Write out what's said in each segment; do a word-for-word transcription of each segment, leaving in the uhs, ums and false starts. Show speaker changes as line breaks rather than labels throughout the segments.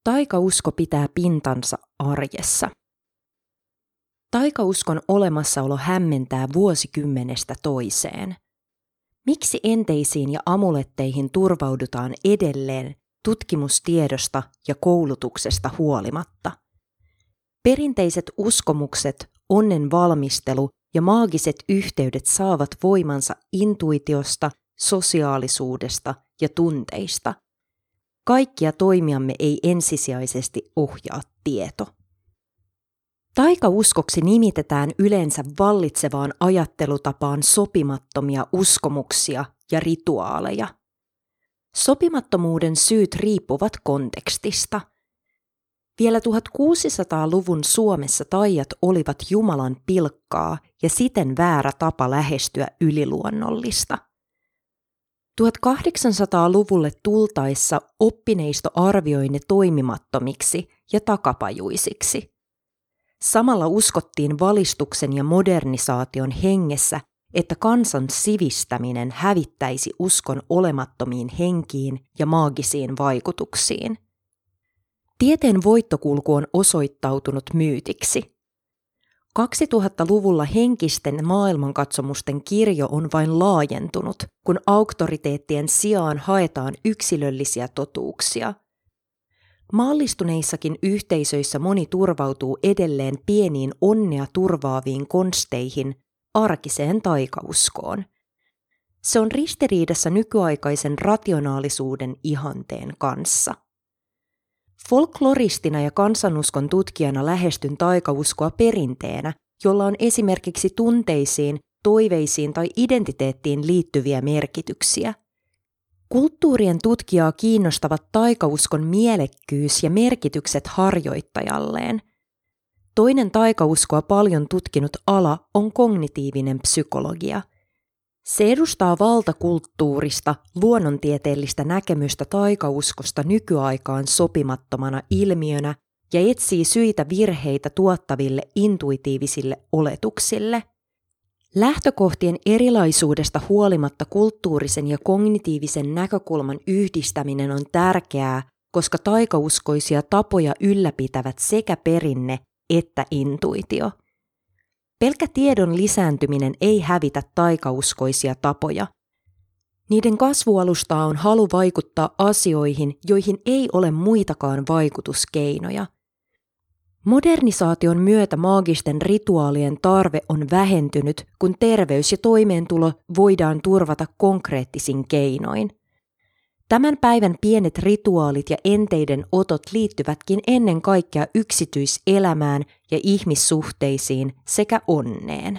Taikausko pitää pintansa arjessa. Taikauskon olemassaolo hämmentää vuosikymmenestä toiseen. Miksi enteisiin ja amuletteihin turvaudutaan edelleen tutkimustiedosta ja koulutuksesta huolimatta? Perinteiset uskomukset, onnen valmistelu ja maagiset yhteydet saavat voimansa intuitiosta, sosiaalisuudesta ja tunteista. Kaikkia toimiamme ei ensisijaisesti ohjaa tieto. Taikauskoksi nimitetään yleensä vallitsevaan ajattelutapaan sopimattomia uskomuksia ja rituaaleja. Sopimattomuuden syyt riippuvat kontekstista. Vielä tuhatkuusisataaluvun Suomessa taijat olivat Jumalan pilkkaa ja siten väärä tapa lähestyä yliluonnollista. tuhatkahdeksansataaluvulle tultaessa oppineisto arvioi ne toimimattomiksi ja takapajuisiksi. Samalla uskottiin valistuksen ja modernisaation hengessä, että kansan sivistäminen hävittäisi uskon olemattomiin henkiin ja maagisiin vaikutuksiin. Tieteen voittokulku on osoittautunut myytiksi. kaksituhattaluvulla henkisten maailmankatsomusten kirjo on vain laajentunut, kun auktoriteettien sijaan haetaan yksilöllisiä totuuksia. Maallistuneissakin yhteisöissä moni turvautuu edelleen pieniin onnea turvaaviin konsteihin, arkiseen taikauskoon. Se on ristiriidassa nykyaikaisen rationaalisuuden ihanteen kanssa. Folkloristina ja kansanuskon tutkijana lähestyn taikauskoa perinteenä, jolla on esimerkiksi tunteisiin, toiveisiin tai identiteettiin liittyviä merkityksiä. Kulttuurien tutkijaa kiinnostavat taikauskon mielekkyys ja merkitykset harjoittajalleen. Toinen taikauskoa paljon tutkinut ala on kognitiivinen psykologia. Se edustaa valtakulttuurista, luonnontieteellistä näkemystä taikauskosta nykyaikaan sopimattomana ilmiönä ja etsii syitä virheitä tuottaville intuitiivisille oletuksille. Lähtökohtien erilaisuudesta huolimatta kulttuurisen ja kognitiivisen näkökulman yhdistäminen on tärkeää, koska taikauskoisia tapoja ylläpitävät sekä perinne että intuitio. Pelkkä tiedon lisääntyminen ei hävitä taikauskoisia tapoja. Niiden kasvualustaa on halu vaikuttaa asioihin, joihin ei ole muitakaan vaikutuskeinoja. Modernisaation myötä maagisten rituaalien tarve on vähentynyt, kun terveys ja toimeentulo voidaan turvata konkreettisin keinoin. Tämän päivän pienet rituaalit ja enteiden otot liittyvätkin ennen kaikkea yksityiselämään ja ihmissuhteisiin sekä onneen.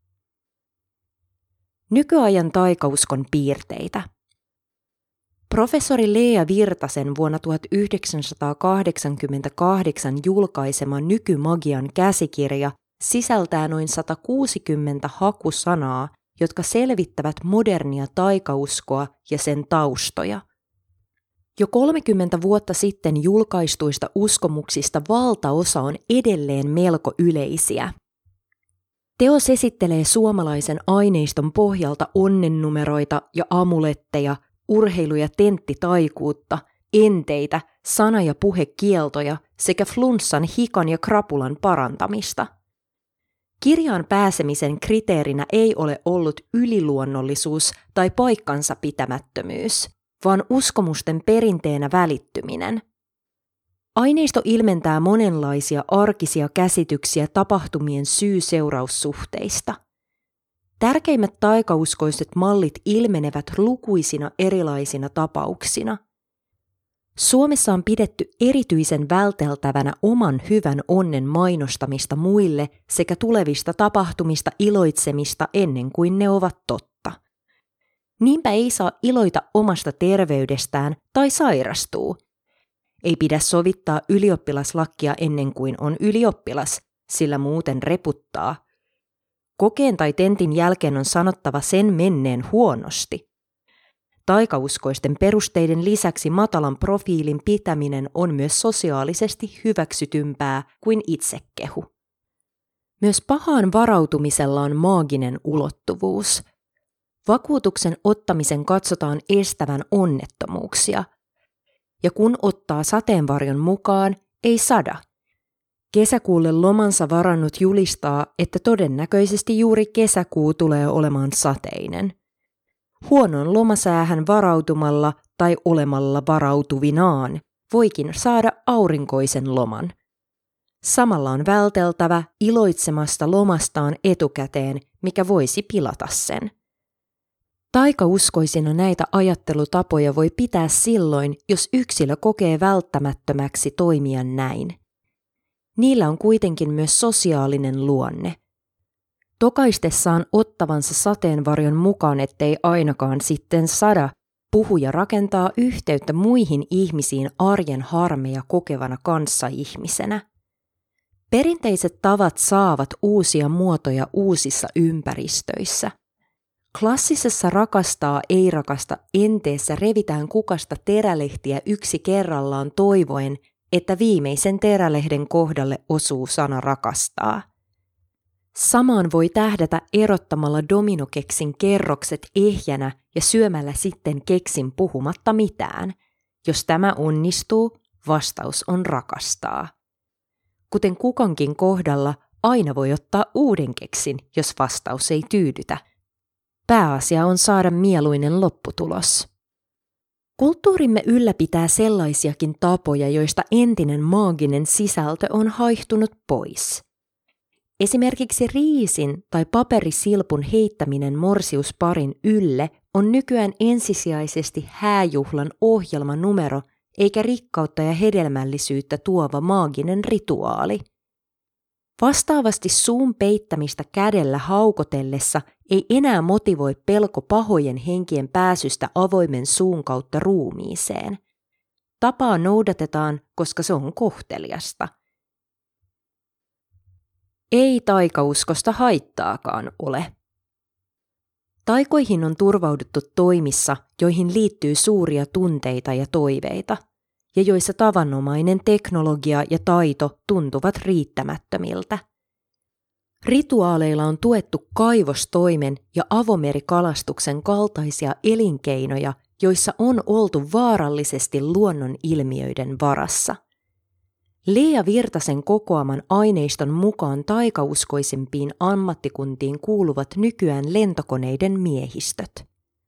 Nykyajan taikauskon piirteitä. Professori Lea Virtasen vuonna tuhatyhdeksänsataakahdeksankymmentäkahdeksan julkaisema Nykymagian käsikirja sisältää noin sata kuusikymmentä hakusanaa, jotka selvittävät modernia taikauskoa ja sen taustoja. Jo kolmekymmentä vuotta sitten julkaistuista uskomuksista valtaosa on edelleen melko yleisiä. Teos esittelee suomalaisen aineiston pohjalta onnennumeroita ja amuletteja, urheilu- ja tenttitaikuutta, enteitä, sana- ja puhekieltoja sekä flunssan, hikan ja krapulan parantamista. Kirjaan pääsemisen kriteerinä ei ole ollut yliluonnollisuus tai paikkansa pitämättömyys, vaan uskomusten perinteenä välittyminen. Aineisto ilmentää monenlaisia arkisia käsityksiä tapahtumien syy-seuraussuhteista. Tärkeimmät taikauskoiset mallit ilmenevät lukuisina erilaisina tapauksina. Suomessa on pidetty erityisen välteltävänä oman hyvän onnen mainostamista muille sekä tulevista tapahtumista iloitsemista ennen kuin ne ovat totta. Niinpä ei saa iloita omasta terveydestään tai sairastuu. Ei pidä sovittaa ylioppilaslakkia ennen kuin on ylioppilas, sillä muuten reputtaa. Kokeen tai tentin jälkeen on sanottava sen menneen huonosti. Taikauskoisten perusteiden lisäksi matalan profiilin pitäminen on myös sosiaalisesti hyväksytympää kuin itsekehu. Myös pahaan varautumisella on maaginen ulottuvuus. Vakuutuksen ottamisen katsotaan estävän onnettomuuksia. ja kun ottaa sateenvarjon mukaan, ei sada. Kesäkuulle lomansa varannut julistaa, että todennäköisesti juuri kesäkuu tulee olemaan sateinen. Huonoon lomasäähän varautumalla tai olemalla varautuvinaan voikin saada aurinkoisen loman. Samalla on välteltävä iloitsemasta lomastaan etukäteen, mikä voisi pilata sen. Taikauskoisina näitä ajattelutapoja voi pitää silloin, jos yksilö kokee välttämättömäksi toimia näin. Niillä on kuitenkin myös sosiaalinen luonne. Tokaistessaan ottavansa sateenvarjon mukaan, ettei ainakaan sitten sada, puhuja rakentaa yhteyttä muihin ihmisiin arjen harmeja kokevana kanssaihmisenä. Perinteiset tavat saavat uusia muotoja uusissa ympäristöissä. Klassisessa rakastaa ei rakasta enteessä revitään kukasta terälehtiä yksi kerrallaan toivoen, että viimeisen terälehden kohdalle osuu sana rakastaa. Samaan voi tähdätä erottamalla dominokeksin kerrokset ehjänä ja syömällä sitten keksin puhumatta mitään. Jos tämä onnistuu, vastaus on rakastaa. Kuten kukankin kohdalla, aina voi ottaa uuden keksin, jos vastaus ei tyydytä. Pääasia on saada mieluinen lopputulos. Kulttuurimme ylläpitää sellaisiakin tapoja, joista entinen maaginen sisältö on haihtunut pois. Esimerkiksi riisin tai paperisilpun heittäminen morsiusparin ylle on nykyään ensisijaisesti hääjuhlan ohjelmanumero eikä rikkautta ja hedelmällisyyttä tuova maaginen rituaali. Vastaavasti suun peittämistä kädellä haukotellessa ei enää motivoi pelko pahojen henkien pääsystä avoimen suun kautta ruumiiseen. Tapaa noudatetaan, koska se on kohteliasta. Ei taikauskosta haittaakaan ole. Taikoihin on turvauduttu toimissa, joihin liittyy suuria tunteita ja toiveita, ja joissa tavanomainen teknologia ja taito tuntuvat riittämättömiltä. Rituaaleilla on tuettu kaivostoimen ja avomerikalastuksen kaltaisia elinkeinoja, joissa on oltu vaarallisesti luonnon ilmiöiden varassa. Leija Virtasen kokoaman aineiston mukaan taikauskoisimpiin ammattikuntiin kuuluvat nykyään lentokoneiden miehistöt.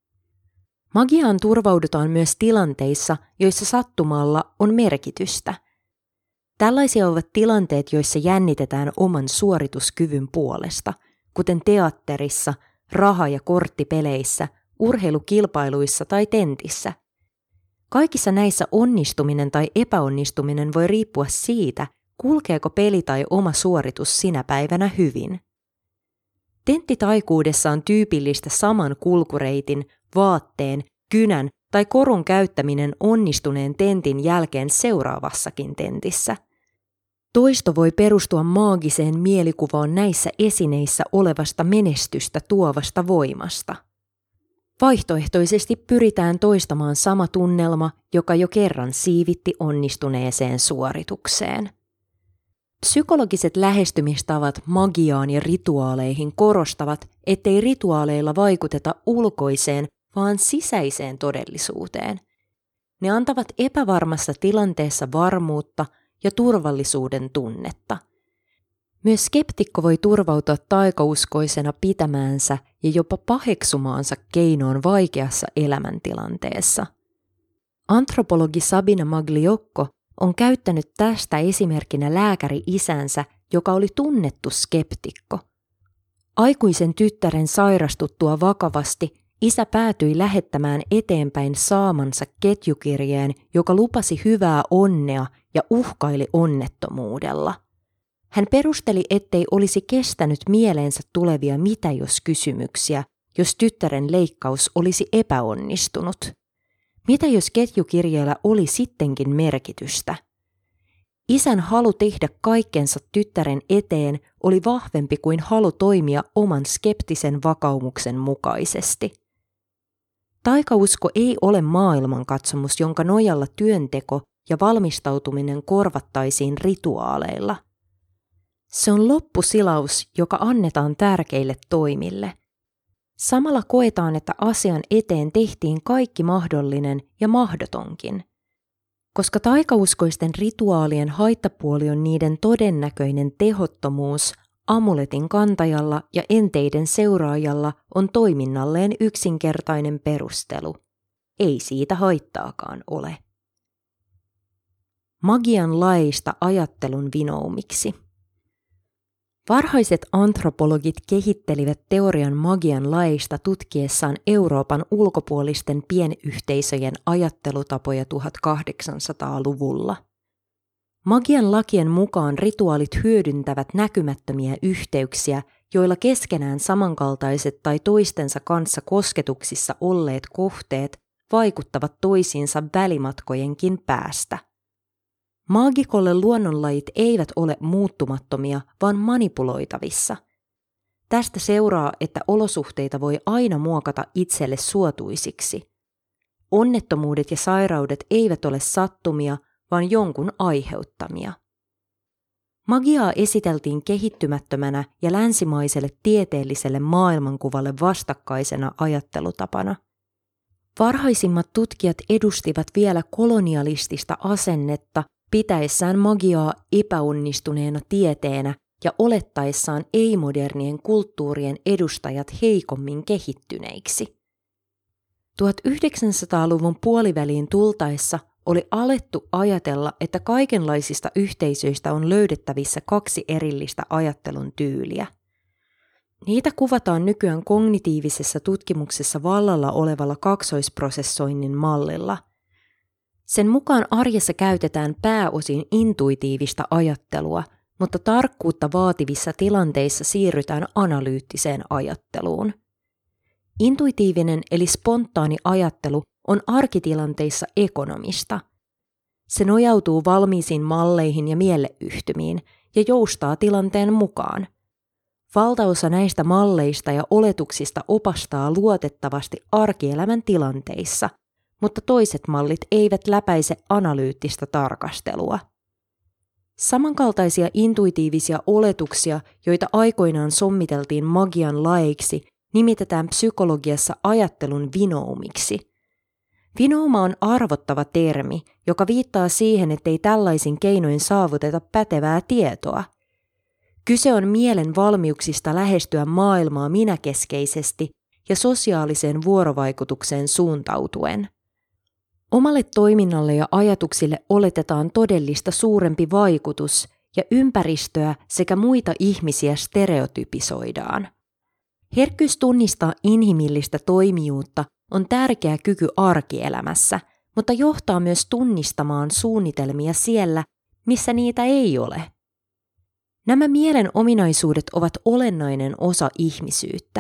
Magiaan turvaudutaan myös tilanteissa, joissa sattumalla on merkitystä. Tällaisia ovat tilanteet, joissa jännitetään oman suorituskyvyn puolesta, kuten teatterissa, raha- ja korttipeleissä, urheilukilpailuissa tai tentissä. Kaikissa näissä onnistuminen tai epäonnistuminen voi riippua siitä, kulkeeko peli tai oma suoritus sinä päivänä hyvin. Tenttitaikuudessa on tyypillistä saman kulkureitin, vaatteen, kynän tai korun käyttäminen onnistuneen tentin jälkeen seuraavassakin tentissä. Toisto voi perustua maagiseen mielikuvaan näissä esineissä olevasta menestystä tuovasta voimasta. Vaihtoehtoisesti pyritään toistamaan sama tunnelma, joka jo kerran siivitti onnistuneeseen suoritukseen. Psykologiset lähestymistavat magiaan ja rituaaleihin korostavat, ettei rituaaleilla vaikuteta ulkoiseen, vaan sisäiseen todellisuuteen. Ne antavat epävarmassa tilanteessa varmuutta ja turvallisuuden tunnetta. Myös skeptikko voi turvautua taikauskoisena pitämäänsä ja jopa paheksumaansa keinoon vaikeassa elämäntilanteessa. Antropologi Sabina Magliocco on käyttänyt tästä esimerkkinä lääkäri-isänsä, joka oli tunnettu skeptikko. Aikuisen tyttären sairastuttua vakavasti isä päätyi lähettämään eteenpäin saamansa ketjukirjeen, joka lupasi hyvää onnea ja uhkaili onnettomuudella. Hän perusteli, ettei olisi kestänyt mieleensä tulevia mitä jos kysymyksiä, jos tyttären leikkaus olisi epäonnistunut. Mitä jos ketjukirjeellä oli sittenkin merkitystä? Isän halu tehdä kaikkensa tyttären eteen oli vahvempi kuin halu toimia oman skeptisen vakaumuksen mukaisesti. Taikausko ei ole maailmankatsomus, jonka nojalla työnteko ja valmistautuminen korvattaisiin rituaaleilla. Se on loppusilaus, joka annetaan tärkeille toimille. Samalla koetaan, että asian eteen tehtiin kaikki mahdollinen ja mahdotonkin. Koska taikauskoisten rituaalien haittapuoli on niiden todennäköinen tehottomuus, amuletin kantajalla ja enteiden seuraajalla on toiminnalleen yksinkertainen perustelu. Ei siitä haittaakaan ole. Magian laeista ajattelun vinoumiksi. Varhaiset antropologit kehittelivät teorian magian laeista tutkiessaan Euroopan ulkopuolisten pienyhteisöjen ajattelutapoja tuhatkahdeksansataaluvulla. Magian lakien mukaan rituaalit hyödyntävät näkymättömiä yhteyksiä, joilla keskenään samankaltaiset tai toistensa kanssa kosketuksissa olleet kohteet vaikuttavat toisiinsa välimatkojenkin päästä. Maagikolle luonnonlajit eivät ole muuttumattomia, vaan manipuloitavissa. Tästä seuraa, että olosuhteita voi aina muokata itselle suotuisiksi. Onnettomuudet ja sairaudet eivät ole sattumia, vaan jonkun aiheuttamia. Magiaa esiteltiin kehittymättömänä ja länsimaiselle tieteelliselle maailmankuvalle vastakkaisena ajattelutapana. Varhaisimmat tutkijat edustivat vielä kolonialistista asennetta, pitäessään magiaa epäonnistuneena tieteenä ja olettaessaan ei-modernien kulttuurien edustajat heikommin kehittyneiksi. tuhatyhdeksänsataaluvun puoliväliin tultaessa oli alettu ajatella, että kaikenlaisista yhteisöistä on löydettävissä kaksi erillistä ajattelun tyyliä. Niitä kuvataan nykyään kognitiivisessa tutkimuksessa vallalla olevalla kaksoisprosessoinnin mallilla. Sen mukaan arjessa käytetään pääosin intuitiivista ajattelua, mutta tarkkuutta vaativissa tilanteissa siirrytään analyyttiseen ajatteluun. Intuitiivinen eli spontaani ajattelu on arkitilanteissa ekonomista. Se nojautuu valmiisiin malleihin ja mieleyhtymiin ja joustaa tilanteen mukaan. Valtaosa näistä malleista ja oletuksista opastaa luotettavasti arkielämän tilanteissa, mutta toiset mallit eivät läpäise analyyttistä tarkastelua. Samankaltaisia intuitiivisia oletuksia, joita aikoinaan sommiteltiin magian laeiksi, nimitetään psykologiassa ajattelun vinoumiksi. Vinouma on arvottava termi, joka viittaa siihen, ettei tällaisin keinoin saavuteta pätevää tietoa. Kyse on mielen valmiuksista lähestyä maailmaa minäkeskeisesti ja sosiaaliseen vuorovaikutukseen suuntautuen. Omalle toiminnalle ja ajatuksille oletetaan todellista suurempi vaikutus ja ympäristöä sekä muita ihmisiä stereotypisoidaan. Herkkyys tunnistaa inhimillistä toimijuutta on tärkeä kyky arkielämässä, mutta johtaa myös tunnistamaan suunnitelmia siellä, missä niitä ei ole. Nämä mielen ominaisuudet ovat olennainen osa ihmisyyttä.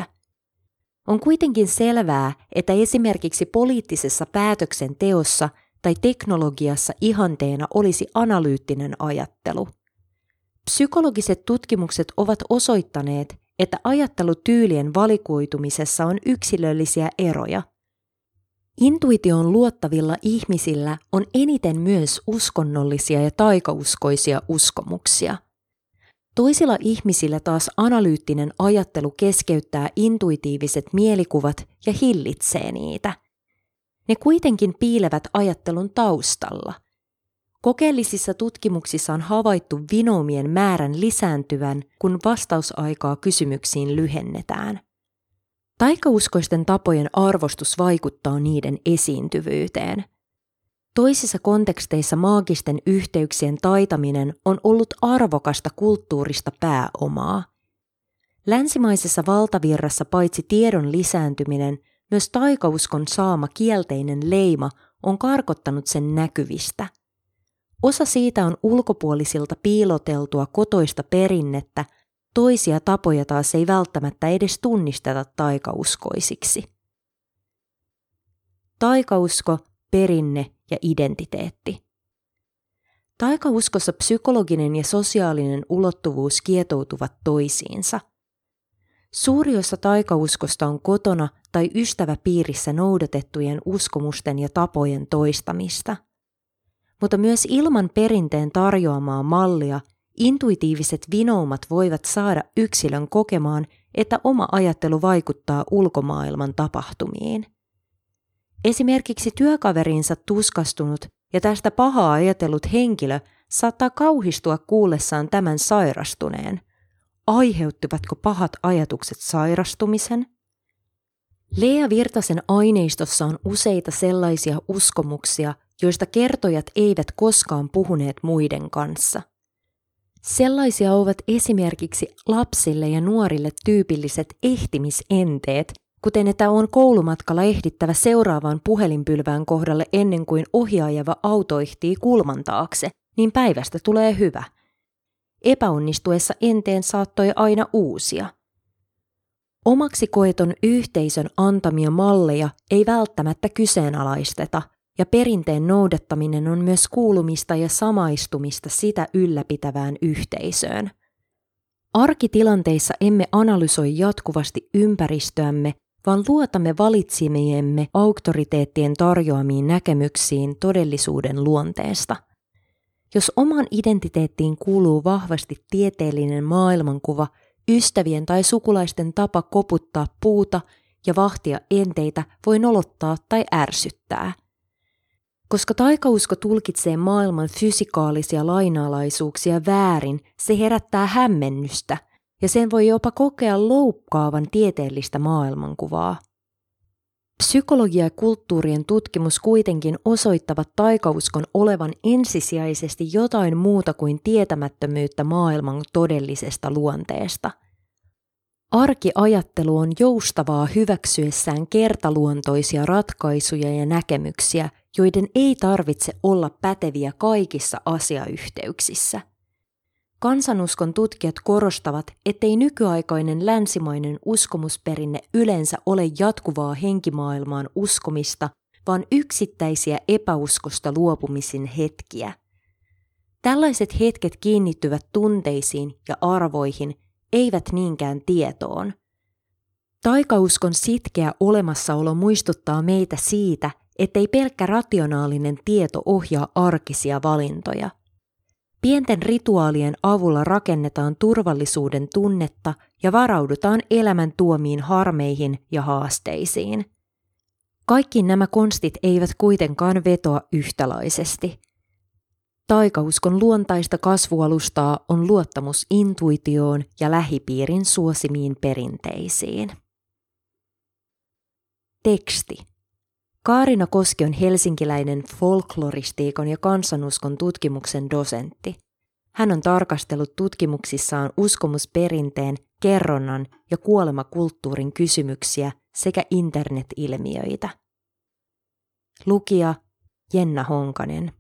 On kuitenkin selvää, että esimerkiksi poliittisessa päätöksenteossa tai teknologiassa ihanteena olisi analyyttinen ajattelu. Psykologiset tutkimukset ovat osoittaneet, että ajattelutyylien valikoitumisessa on yksilöllisiä eroja. Intuitioon luottavilla ihmisillä on eniten myös uskonnollisia ja taikauskoisia uskomuksia. Toisilla ihmisillä taas analyyttinen ajattelu keskeyttää intuitiiviset mielikuvat ja hillitsee niitä. Ne kuitenkin piilevät ajattelun taustalla. Kokeellisissa tutkimuksissa on havaittu vinoumien määrän lisääntyvän, kun vastausaikaa kysymyksiin lyhennetään. Taikauskoisten tapojen arvostus vaikuttaa niiden esiintyvyyteen. Toisissa konteksteissa maagisten yhteyksien taitaminen on ollut arvokasta kulttuurista pääomaa. Länsimaisessa valtavirrassa paitsi tiedon lisääntyminen, myös taikauskon saama kielteinen leima on karkottanut sen näkyvistä. Osa siitä on ulkopuolisilta piiloteltua kotoista perinnettä, toisia tapoja taas ei välttämättä edes tunnisteta taikauskoisiksi. Taikausko, perinne ja identiteetti. Taikauskossa psykologinen ja sosiaalinen ulottuvuus kietoutuvat toisiinsa. Suuri osa taikauskosta on kotona tai ystäväpiirissä noudatettujen uskomusten ja tapojen toistamista. Mutta myös ilman perinteen tarjoamaa mallia intuitiiviset vinoumat voivat saada yksilön kokemaan, että oma ajattelu vaikuttaa ulkomaailman tapahtumiin. Esimerkiksi työkaverinsa tuskastunut ja tästä pahaa ajatellut henkilö saattaa kauhistua kuullessaan tämän sairastuneen. Aiheuttivatko pahat ajatukset sairastumisen? Lea Virtasen aineistossa on useita sellaisia uskomuksia, joista kertojat eivät koskaan puhuneet muiden kanssa. Sellaisia ovat esimerkiksi lapsille ja nuorille tyypilliset ehtimisenteet, kuten että on koulumatkalla ehdittävä seuraavaan puhelinpylvään kohdalle ennen kuin ohiajava auto ehtii kulman taakse, niin päivästä tulee hyvä. Epäonnistuessa enteen saattoi aina uusia. Omaksi koeton yhteisön antamia malleja ei välttämättä kyseenalaisteta, ja perinteen noudattaminen on myös kuulumista ja samaistumista sitä ylläpitävään yhteisöön. Arkitilanteissa emme analysoi jatkuvasti ympäristöämme, vaan luotamme valitsimiemme auktoriteettien tarjoamiin näkemyksiin todellisuuden luonteesta. Jos omaan identiteettiin kuuluu vahvasti tieteellinen maailmankuva, ystävien tai sukulaisten tapa koputtaa puuta ja vahtia enteitä voi nolottaa tai ärsyttää. Koska taikausko tulkitsee maailman fysikaalisia lainalaisuuksia väärin, se herättää hämmennystä, ja sen voi jopa kokea loukkaavan tieteellistä maailmankuvaa. Psykologia ja kulttuurien tutkimus kuitenkin osoittavat taikauskon olevan ensisijaisesti jotain muuta kuin tietämättömyyttä maailman todellisesta luonteesta. Arkiajattelu on joustavaa hyväksyessään kertaluontoisia ratkaisuja ja näkemyksiä, joiden ei tarvitse olla päteviä kaikissa asiayhteyksissä. Kansanuskon tutkijat korostavat, ettei nykyaikainen länsimainen uskomusperinne yleensä ole jatkuvaa henkimaailmaan uskomista, vaan yksittäisiä epäuskosta luopumisen hetkiä. Tällaiset hetket kiinnittyvät tunteisiin ja arvoihin, eivät niinkään tietoon. Taikauskon sitkeä olemassaolo muistuttaa meitä siitä, ettei pelkkä rationaalinen tieto ohjaa arkisia valintoja. Pienten rituaalien avulla rakennetaan turvallisuuden tunnetta ja varaudutaan elämän tuomiin harmeihin ja haasteisiin. Kaikki nämä konstit eivät kuitenkaan vetoa yhtäläisesti. Taikauskon luontaista kasvualustaa on luottamus intuitioon ja lähipiirin suosimiin perinteisiin. Teksti. Kaarina Koski on helsinkiläinen folkloristiikon ja kansanuskon tutkimuksen dosentti. Hän on tarkastellut tutkimuksissaan uskomusperinteen, kerronnan ja kuolemakulttuurin kysymyksiä sekä internet-ilmiöitä. Lukija Jenna Honkanen.